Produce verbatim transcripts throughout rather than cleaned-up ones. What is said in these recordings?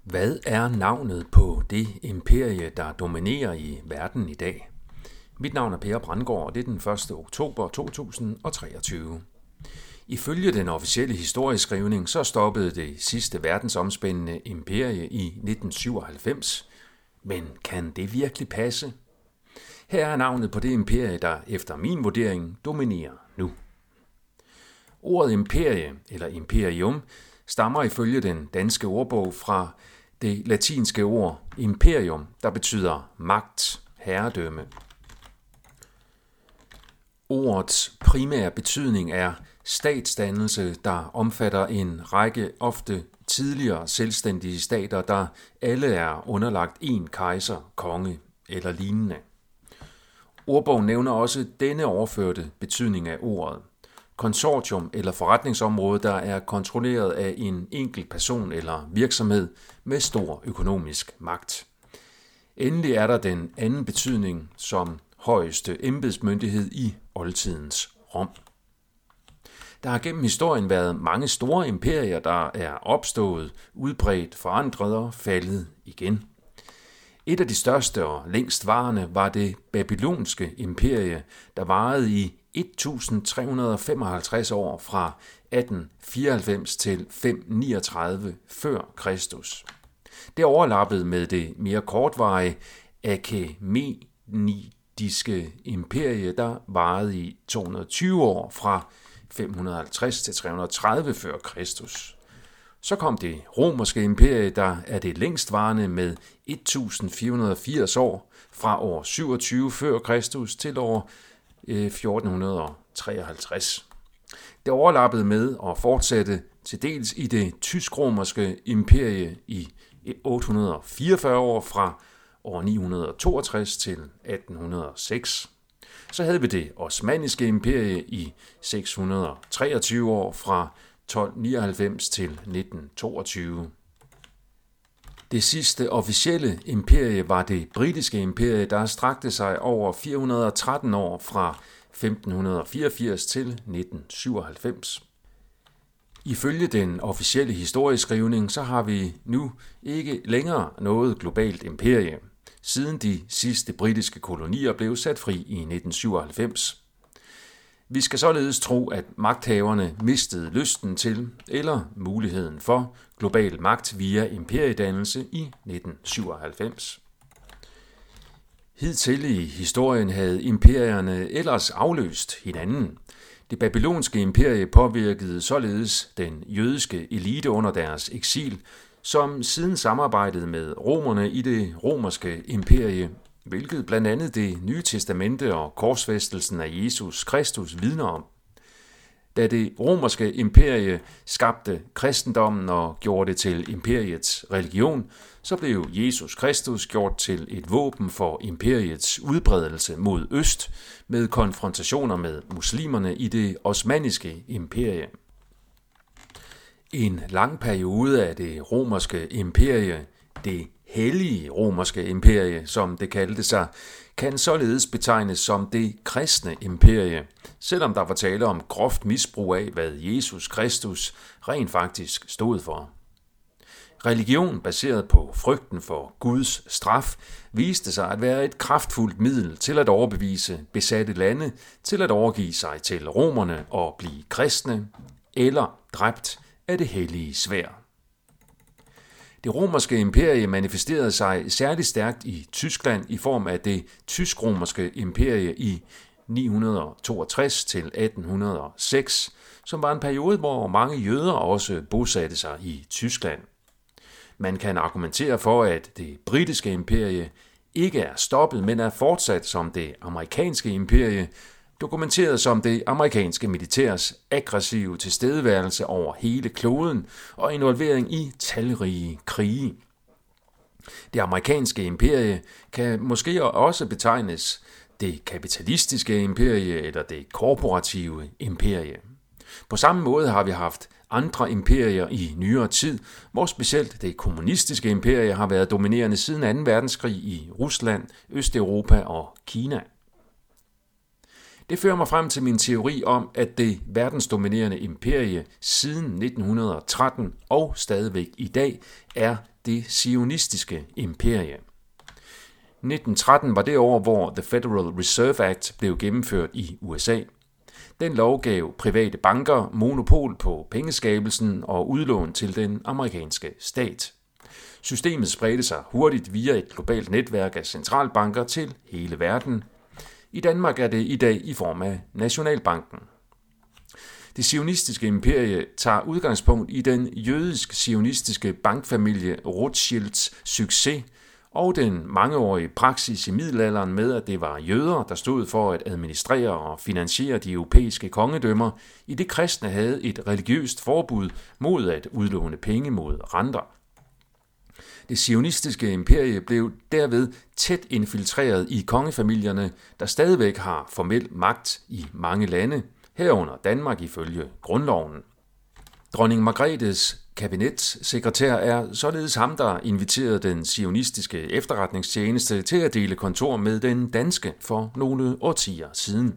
Hvad er navnet på det imperie, der dominerer i verden i dag? Mit navn er Per Brandgaard, og det er den første oktober to tusind og treogtyve. Ifølge den officielle historieskrivning, så stoppede det sidste verdensomspændende imperie i nitten syvoghalvfems. Men kan det virkelig passe? Her er navnet på det imperie, der efter min vurdering dominerer nu. Ordet imperie eller imperium stammer ifølge den danske ordbog fra det latinske ord imperium, der betyder magt, herredømme. Ordets primære betydning er statsdannelse, der omfatter en række ofte tidligere selvstændige stater, der alle er underlagt en kejser, konge eller lignende. Ordbogen nævner også denne overførte betydning af ordet. Konsortium eller forretningsområde, der er kontrolleret af en enkelt person eller virksomhed med stor økonomisk magt. Endelig er der den anden betydning som højeste embedsmyndighed i oldtidens Rom. Der har gennem historien været mange store imperier, der er opstået, udbredt, forandret og faldet igen. Et af de største og længstvarende var det babylonske imperie, der varede i et tusind tre hundrede og femoghalvtreds år fra atten fireoghalvfems til fem niogtredive før Kristus. Det overlappede med det mere kortvarige akæmenidiske imperie, der varede i to hundrede og tyve år fra fem hundrede og halvtreds til tre hundrede og tredive før Kristus. Så kom det romerske imperie, der er det længstvarende med et tusind fire hundrede og firs år fra år syvogtyve før Kristus til år fjorten treoghalvtreds. Det overlappede med og fortsatte til dels i det tysk-romerske imperie i otte hundrede og fireogfyrre år fra år ni hundrede og toogtres til atten hundrede og seks. Så havde vi det osmanniske imperie i seks hundrede og treogtyve år fra tolv nioghalvfems til nitten toogtyve. Det sidste officielle imperie var det britiske imperie, der strakte sig over fire hundrede og tretten år fra femten fireogfirs til nitten syvoghalvfems. Ifølge den officielle historieskrivning, så har vi nu ikke længere noget globalt imperie, siden de sidste britiske kolonier blev sat fri i nitten syvoghalvfems. Vi skal således tro, at magthaverne mistede lysten til eller muligheden for global magt via imperiedannelse i nitten syvoghalvfems. Hidtil i historien havde imperierne ellers afløst hinanden. Det babylonske imperie påvirkede således den jødiske elite under deres eksil, som siden samarbejdede med romerne i det romerske imperie, hvilket blandt andet det nye testamente og korsfæstelsen af Jesus Kristus vidner om. Da det romerske imperie skabte kristendommen og gjorde det til imperiets religion, så blev Jesus Kristus gjort til et våben for imperiets udbredelse mod øst med konfrontationer med muslimerne i det osmanniske imperie. En lang periode af det romerske imperie, det hellige romerske imperie, som det kaldte sig, kan således betegnes som det kristne imperie, selvom der var tale om groft misbrug af, hvad Jesus Kristus rent faktisk stod for. Religion baseret på frygten for Guds straf viste sig at være et kraftfuldt middel til at overbevise besatte lande til at overgive sig til romerne og blive kristne eller dræbt af det hellige sværd. Det romerske imperie manifesterede sig særligt stærkt i Tyskland i form af det tysk-romerske imperie i ni hundrede og toogtres til atten hundrede og seks, som var en periode, hvor mange jøder også bosatte sig i Tyskland. Man kan argumentere for, at det britiske imperie ikke er stoppet, men er fortsat som det amerikanske imperie, dokumenteret som det amerikanske militærs aggressive tilstedeværelse over hele kloden og involvering i talrige krige. Det amerikanske imperie kan måske også betegnes det kapitalistiske imperie eller det korporative imperie. På samme måde har vi haft andre imperier i nyere tid, hvor specielt det kommunistiske imperie har været dominerende siden anden verdenskrig i Rusland, Østeuropa og Kina. Det fører mig frem til min teori om, at det verdensdominerende imperie siden nitten tretten og stadigvæk i dag er det zionistiske imperie. nitten tretten var det år, hvor The Federal Reserve Act blev gennemført i U S A. Den lov gav private banker monopol på pengeskabelsen og udlån til den amerikanske stat. Systemet spredte sig hurtigt via et globalt netværk af centralbanker til hele verden. I Danmark er det i dag i form af Nationalbanken. Det zionistiske imperie tager udgangspunkt i den jødisk-zionistiske bankfamilie Rothschilds succes og den mangeårige praksis i middelalderen med, at det var jøder, der stod for at administrere og finansiere de europæiske kongedømmer, i det kristne havde et religiøst forbud mod at udlåne penge mod renter. Det zionistiske imperie blev derved tæt infiltreret i kongefamilierne, der stadigvæk har formel magt i mange lande, herunder Danmark ifølge grundloven. Dronning Margrethes kabinetssekretær er således ham, der inviterede den zionistiske efterretningstjeneste til at dele kontor med den danske for nogle årtier siden.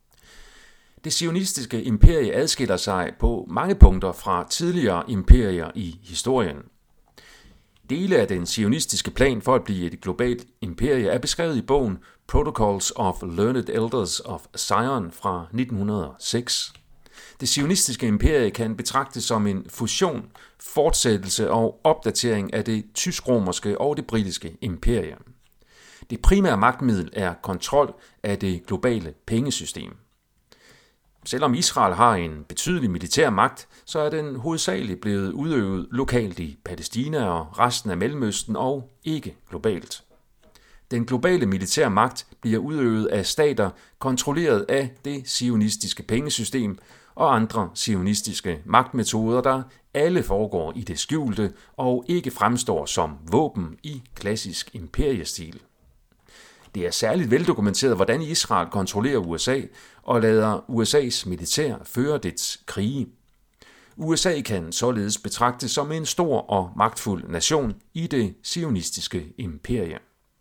Det zionistiske imperie adskiller sig på mange punkter fra tidligere imperier i historien. Dele af den zionistiske plan for at blive et globalt imperie er beskrevet i bogen Protocols of Learned Elders of Zion fra nitten hundrede og seks. Det zionistiske imperie kan betragtes som en fusion, fortsættelse og opdatering af det tysk-romerske og det britiske imperie. Det primære magtmiddel er kontrol af det globale pengesystem. Selvom Israel har en betydelig militær magt, så er den hovedsageligt blevet udøvet lokalt i Palæstina og resten af Mellemøsten og ikke globalt. Den globale militære magt bliver udøvet af stater kontrolleret af det zionistiske pengesystem og andre zionistiske magtmetoder, der alle foregår i det skjulte og ikke fremstår som våben i klassisk imperiestil. Det er særligt veldokumenteret, hvordan Israel kontrollerer U S A og lader U S A's militær føre dets krige. U S A kan således betragtes som en stor og magtfuld nation i det zionistiske imperie.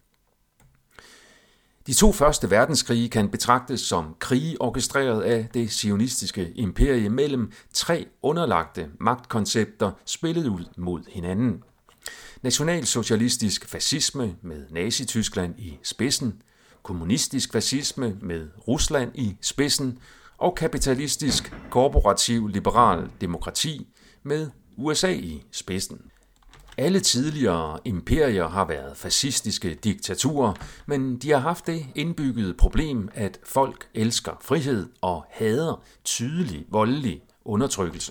De to første verdenskrige kan betragtes som krige orkestreret af det zionistiske imperie mellem tre underlagte magtkoncepter spillet ud mod hinanden. Nationalsocialistisk fascisme med Nazi-Tyskland i spidsen, kommunistisk fascisme med Rusland i spidsen og kapitalistisk korporativ liberal demokrati med U S A i spidsen. Alle tidligere imperier har været fascistiske diktaturer, men de har haft det indbyggede problem, at folk elsker frihed og hader tydelig voldelig undertrykkelse.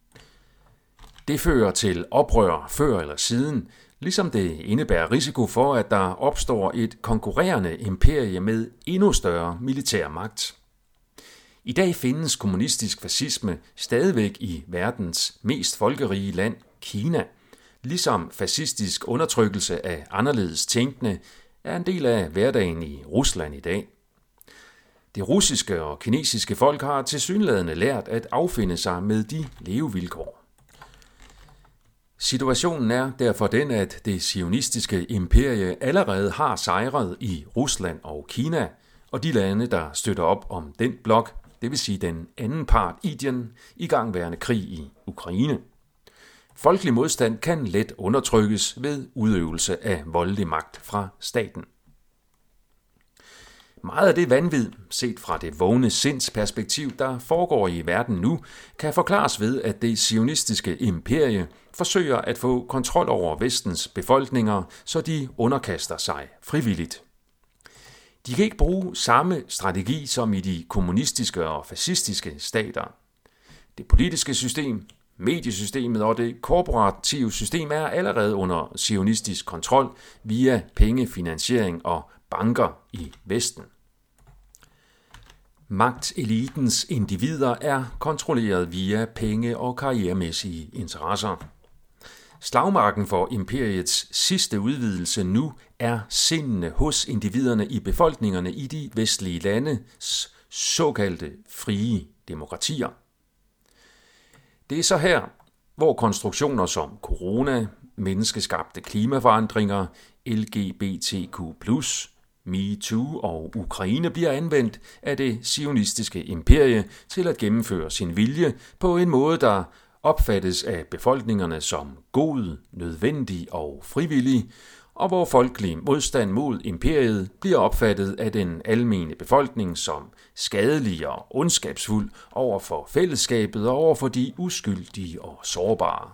Det fører til oprør før eller siden, ligesom det indebærer risiko for, at der opstår et konkurrerende imperie med endnu større militær magt. I dag findes kommunistisk fascisme stadigvæk i verdens mest folkerige land, Kina, ligesom fascistisk undertrykkelse af anderledes tænkende er en del af hverdagen i Rusland i dag. Det russiske og kinesiske folk har tilsyneladende lært at affinde sig med de levevilkår. Situationen er derfor den, at det zionistiske imperie allerede har sejret i Rusland og Kina, og de lande, der støtter op om den blok, det vil sige den anden part i den igangværende krig i Ukraine. Folkelig modstand kan let undertrykkes ved udøvelse af voldelig magt fra staten. Meget af det vanvid, set fra det vågne sindsperspektiv, der foregår i verden nu, kan forklares ved, at det zionistiske imperie forsøger at få kontrol over vestens befolkninger, så de underkaster sig frivilligt. De kan ikke bruge samme strategi som i de kommunistiske og fascistiske stater. Det politiske system, mediesystemet og det korporative system er allerede under zionistisk kontrol via pengefinansiering og banker i Vesten. Magtelitens individer er kontrolleret via penge- og karrieremæssige interesser. Slagmarken for imperiets sidste udvidelse nu er sindene hos individerne i befolkningerne i de vestlige landes såkaldte frie demokratier. Det er så her, hvor konstruktioner som corona, menneskeskabte klimaforandringer, L G B T Q plus, MeToo og Ukraine bliver anvendt af det zionistiske imperie til at gennemføre sin vilje på en måde, der opfattes af befolkningerne som god, nødvendig og frivillig, og hvor folkelig modstand mod imperiet bliver opfattet af den almene befolkning som skadelig og ondskabsfuld over for fællesskabet og over for de uskyldige og sårbare.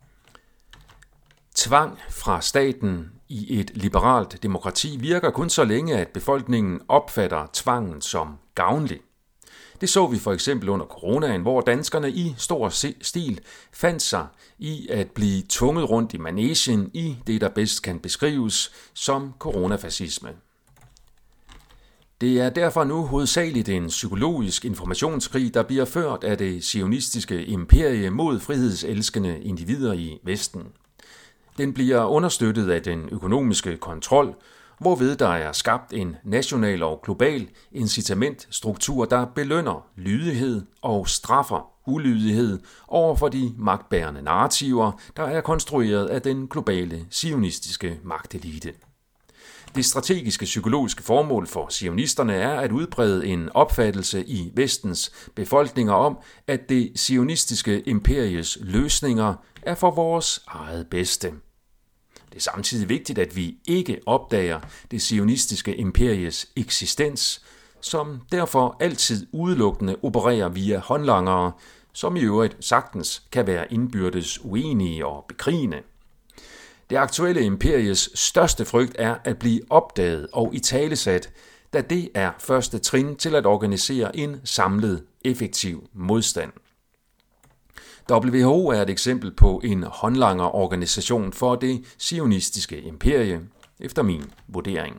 Tvang fra staten i et liberalt demokrati virker kun så længe, at befolkningen opfatter tvangen som gavnlig. Det så vi for eksempel under coronaen, hvor danskerne i stor stil fandt sig i at blive tvunget rundt i manegen i det, der bedst kan beskrives som coronafascisme. Det er derfor nu hovedsageligt en psykologisk informationskrig, der bliver ført af det zionistiske imperie mod frihedselskende individer i Vesten. Den bliver understøttet af den økonomiske kontrol, hvorved der er skabt en national og global incitamentstruktur, der belønner lydighed og straffer ulydighed over for de magtbærende narrativer, der er konstrueret af den globale zionistiske magtelite. Det strategiske psykologiske formål for zionisterne er at udbrede en opfattelse i Vestens befolkninger om, at det zionistiske imperies løsninger er for vores eget bedste. Det er samtidig vigtigt, at vi ikke opdager det zionistiske imperies eksistens, som derfor altid udelukkende opererer via håndlangere, som i øvrigt sagtens kan være indbyrdes uenige og bekrigende. Det aktuelle imperies største frygt er at blive opdaget og italesat, da det er første trin til at organisere en samlet, effektiv modstand. W H O er et eksempel på en håndlangerorganisation for det zionistiske imperie, efter min vurdering.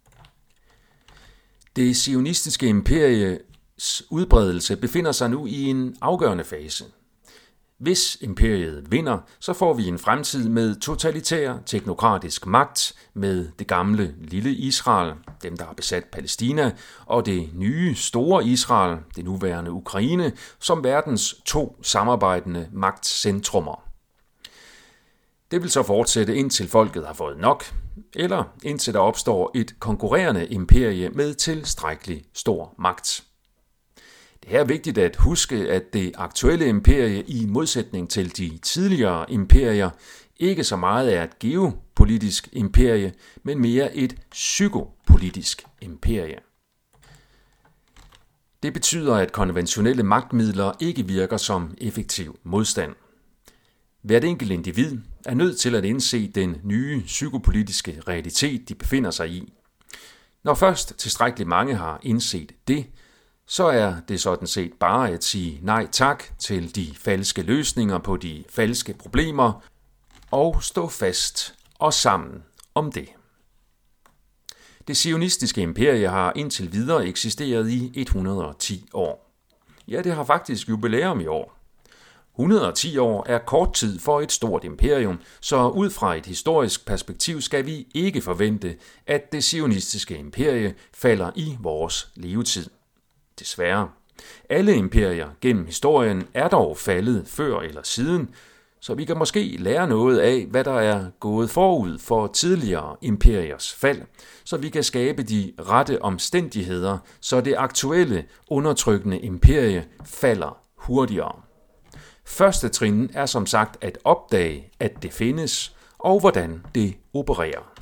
Det zionistiske imperies udbredelse befinder sig nu i en afgørende fase. Hvis imperiet vinder, så får vi en fremtid med totalitær teknokratisk magt med det gamle lille Israel, dem der har besat Palæstina, og det nye store Israel, det nuværende Ukraine, som verdens to samarbejdende magtcentrummer. Det vil så fortsætte indtil folket har fået nok, eller indtil der opstår et konkurrerende imperie med tilstrækkelig stor magt. Det er vigtigt at huske, at det aktuelle imperie i modsætning til de tidligere imperier ikke så meget er et geopolitisk imperie, men mere et psykopolitisk imperie. Det betyder, at konventionelle magtmidler ikke virker som effektiv modstand. Hvert enkelt individ er nødt til at indse den nye psykopolitiske realitet, de befinder sig i. Når først tilstrækkeligt mange har indset det, så er det sådan set bare at sige nej tak til de falske løsninger på de falske problemer og stå fast og sammen om det. Det zionistiske imperie har indtil videre eksisteret i et hundrede og ti år. Ja, det har faktisk jubilæum i år. et hundrede og ti år er kort tid for et stort imperium, så ud fra et historisk perspektiv skal vi ikke forvente, at det zionistiske imperie falder i vores levetid. Desværre. Alle imperier gennem historien er dog faldet før eller siden, så vi kan måske lære noget af, hvad der er gået forud for tidligere imperiers fald, så vi kan skabe de rette omstændigheder, så det aktuelle undertrykkende imperie falder hurtigere. Første trin er som sagt at opdage, at det findes, og hvordan det opererer.